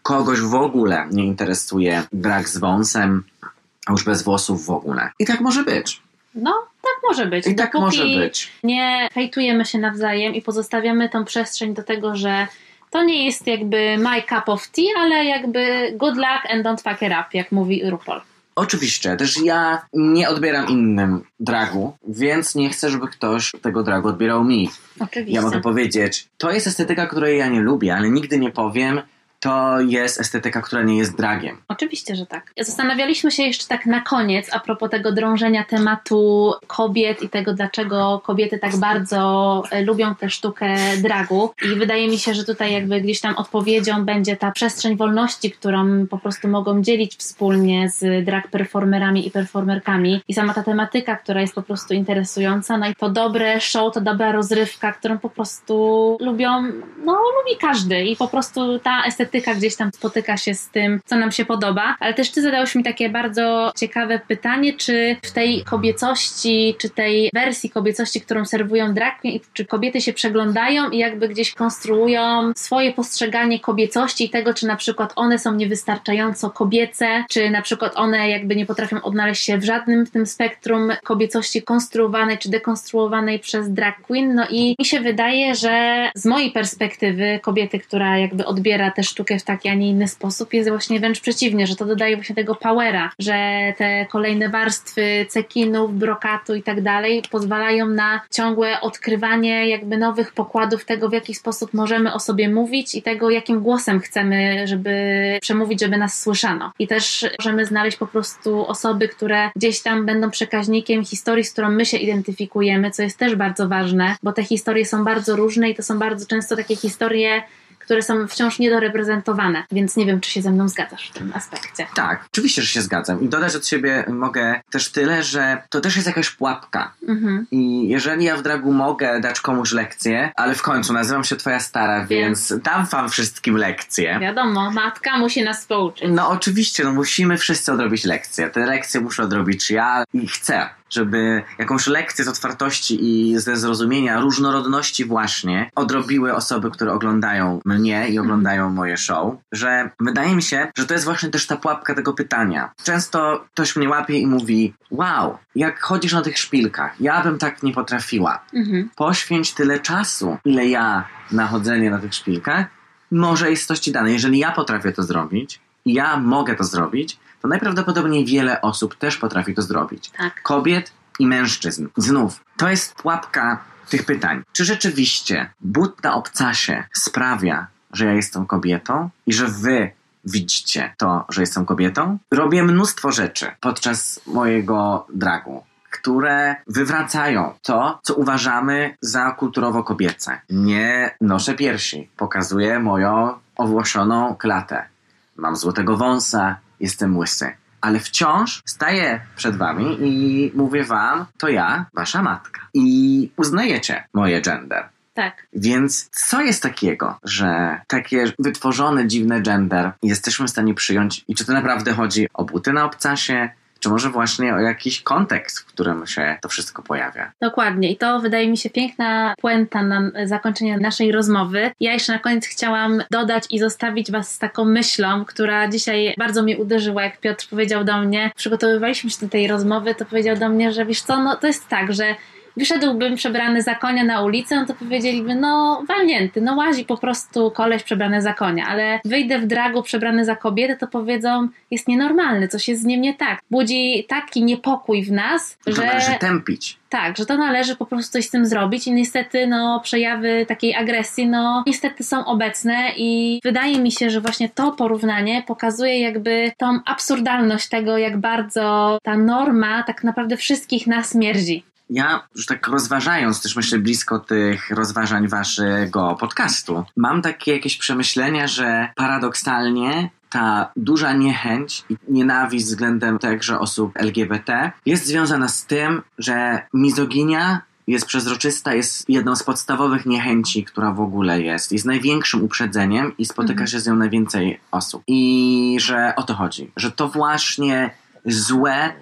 kogoś w ogóle nie interesuje drag z wąsem, a już bez włosów w ogóle. I tak może być. No, tak może być. I tak Dopóki może być. nie hejtujemy się nawzajem i pozostawiamy tą przestrzeń do tego, że to nie jest jakby my cup of tea, ale jakby good luck and don't fuck it up, jak mówi RuPaul. Oczywiście, też ja nie odbieram innym dragu, więc nie chcę, żeby ktoś tego dragu odbierał mi. Oczywiście. Ja mogę powiedzieć, to jest estetyka, której ja nie lubię, ale nigdy nie powiem, to jest estetyka, która nie jest dragiem. Oczywiście, że tak. Zastanawialiśmy się jeszcze tak na koniec a propos tego drążenia tematu kobiet i tego, dlaczego kobiety tak bardzo lubią tę sztukę dragu. I wydaje mi się, że tutaj jakby gdzieś tam odpowiedzią będzie ta przestrzeń wolności, którą po prostu mogą dzielić wspólnie z drag performerami i performerkami. I sama ta tematyka, która jest po prostu interesująca. No i to dobre show, to dobra rozrywka, którą po prostu lubią, no lubi każdy. I po prostu ta estetyka gdzieś tam spotyka się z tym, co nam się podoba. Ale też ty zadałeś mi takie bardzo ciekawe pytanie, czy w tej kobiecości, czy tej wersji kobiecości, którą serwują drag queen, czy kobiety się przeglądają i jakby gdzieś konstruują swoje postrzeganie kobiecości i tego, czy na przykład one są niewystarczająco kobiece, czy na przykład one jakby nie potrafią odnaleźć się w żadnym w tym spektrum kobiecości konstruowanej, czy dekonstruowanej przez drag queen. No i mi się wydaje, że z mojej perspektywy kobiety, która jakby odbiera tę sztukę w taki, a nie inny sposób, jest właśnie wręcz przeciwnie, że to dodaje właśnie tego powera, że te kolejne warstwy cekinów, brokatu i tak dalej pozwalają na ciągłe odkrywanie jakby nowych pokładów tego, w jaki sposób możemy o sobie mówić i tego, jakim głosem chcemy, żeby przemówić, żeby nas słyszano. I też możemy znaleźć po prostu osoby, które gdzieś tam będą przekaźnikiem historii, z którą my się identyfikujemy, co jest też bardzo ważne, bo te historie są bardzo różne i to są bardzo często takie historie, które są wciąż niedoreprezentowane, więc nie wiem, czy się ze mną zgadzasz w tym aspekcie. Tak, oczywiście, że się zgadzam. I dodać od siebie mogę też tyle, że to też jest jakaś pułapka. Mhm. I jeżeli ja w dragu mogę dać komuś lekcję, ale w końcu nazywam się twoja stara, więc, więc dam wam wszystkim lekcję. Wiadomo, matka musi nas pouczyć. No oczywiście, no musimy wszyscy odrobić lekcję. Te lekcje muszę odrobić ja i chcę, żeby jakąś lekcję z otwartości i ze zrozumienia różnorodności właśnie odrobiły osoby, które oglądają mnie i oglądają moje show, że wydaje mi się, że to jest właśnie też ta pułapka tego pytania. Często ktoś mnie łapie i mówi: wow, jak chodzisz na tych szpilkach, ja bym tak nie potrafiła. Mhm. Poświęć tyle czasu, ile ja na chodzenie na tych szpilkach, może jest coś ci dane. Jeżeli ja potrafię to zrobić i ja mogę to zrobić, to najprawdopodobniej wiele osób też potrafi to zrobić. Tak. Kobiet i mężczyzn. Znów, to jest pułapka tych pytań. Czy rzeczywiście but na obcasie sprawia, że ja jestem kobietą i że wy widzicie to, że jestem kobietą? Robię mnóstwo rzeczy podczas mojego dragu, które wywracają to, co uważamy za kulturowo kobiece. Nie noszę piersi. Pokazuję moją owłoszoną klatę. Mam złotego wąsa. Jestem łysy. Ale wciąż staję przed wami i mówię wam, to ja, wasza matka. I uznajecie moje gender. Tak. Więc co jest takiego, że takie wytworzone, dziwne gender jesteśmy w stanie przyjąć i czy to naprawdę chodzi o buty na obcasie, czy może właśnie o jakiś kontekst, w którym się to wszystko pojawia. Dokładnie. I to wydaje mi się piękna puenta na zakończenie naszej rozmowy. Ja jeszcze na koniec chciałam dodać i zostawić was z taką myślą, która dzisiaj bardzo mnie uderzyła, jak Piotr powiedział do mnie, przygotowywaliśmy się do tej rozmowy, to powiedział do mnie, że wiesz co, no to jest tak, że wyszedłbym przebrany za konia na ulicę, no to powiedzieliby, no walnięty, no łazi po prostu koleś przebrany za konia, ale wyjdę w dragu przebrany za kobietę, to powiedzą, jest nienormalny, coś jest z nim nie tak. Budzi taki niepokój w nas, to że... należy tępić. Tak, że to należy po prostu coś z tym zrobić i niestety no przejawy takiej agresji no niestety są obecne i wydaje mi się, że właśnie to porównanie pokazuje jakby tą absurdalność tego, jak bardzo ta norma tak naprawdę wszystkich nas mierdzi. Ja, już tak rozważając, też myślę blisko tych rozważań waszego podcastu, mam takie jakieś przemyślenia, że paradoksalnie ta duża niechęć i nienawiść względem także osób L G B T jest związana z tym, że mizoginia jest przezroczysta, jest jedną z podstawowych niechęci, która w ogóle jest. Jest największym uprzedzeniem i spotyka mhm. się z nią najwięcej osób. I że o to chodzi. Że to właśnie złe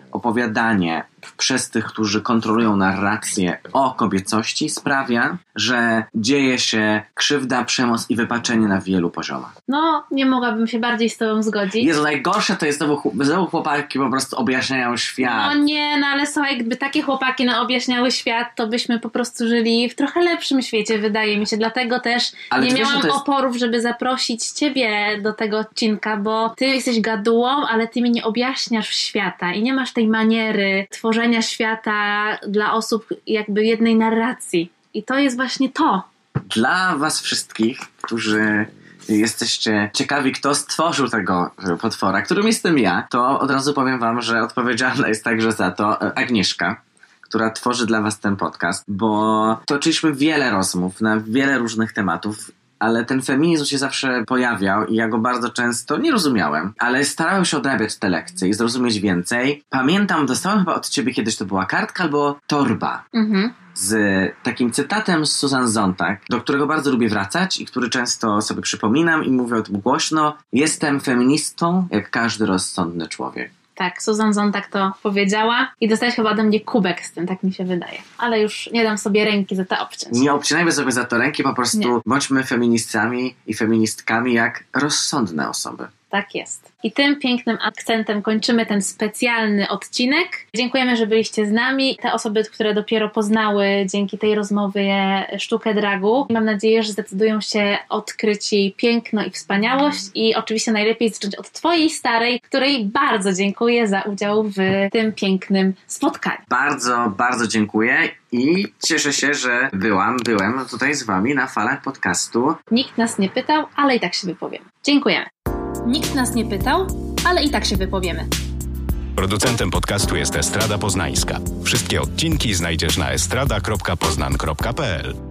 opowiadanie przez tych, którzy kontrolują narrację o kobiecości sprawia, że dzieje się krzywda, przemoc i wypaczenie na wielu poziomach. No, nie mogłabym się bardziej z tobą zgodzić. Jezu, najgorsze to jest znowu, znowu chłopaki po prostu objaśniają świat. No nie, no ale słuchaj, gdyby takie chłopaki no, objaśniały świat, to byśmy po prostu żyli w trochę lepszym świecie, wydaje mi się. Dlatego też ale nie miałam wiesz, jest... oporów, żeby zaprosić ciebie do tego odcinka, bo ty jesteś gadułą, ale ty mi nie objaśniasz świata i nie masz tej maniery tworzenia świata dla osób jakby jednej narracji. I to jest właśnie to. Dla was wszystkich, którzy jesteście ciekawi, kto stworzył tego potwora, którym jestem ja, to od razu powiem wam, że odpowiedzialna jest także za to Agnieszka, która tworzy dla was ten podcast, bo toczyliśmy wiele rozmów na wiele różnych tematów, ale ten feminizm się zawsze pojawiał i ja go bardzo często nie rozumiałem, ale starałem się odrabiać te lekcje i zrozumieć więcej. Pamiętam, dostałem chyba od ciebie kiedyś, to była kartka albo torba. Mhm. Z takim cytatem z Susan Sontag, do którego bardzo lubię wracać i który często sobie przypominam i mówię o tym głośno. Jestem feministą, jak każdy rozsądny człowiek. Tak, Susan Sontag to powiedziała i dostałeś chyba ode mnie kubek z tym, tak mi się wydaje. Ale już nie dam sobie ręki za to obciąć. Nie obcinajmy sobie za to ręki, po prostu nie. Bądźmy feministami i feministkami jak rozsądne osoby. Tak jest. I tym pięknym akcentem kończymy ten specjalny odcinek. Dziękujemy, że byliście z nami. Te osoby, które dopiero poznały dzięki tej rozmowie sztukę dragu, mam nadzieję, że zdecydują się odkryć jej piękno i wspaniałość i oczywiście najlepiej zacząć od twojej starej, której bardzo dziękuję za udział w tym pięknym spotkaniu. Bardzo, bardzo dziękuję i cieszę się, że byłam, byłem tutaj z wami na falach podcastu. Nikt nas nie pytał, ale i tak się wypowiemy. Dziękujemy. Nikt nas nie pytał, ale i tak się wypowiemy. Producentem podcastu jest Estrada Poznańska. Wszystkie odcinki znajdziesz na estrada kropka poznan kropka p l.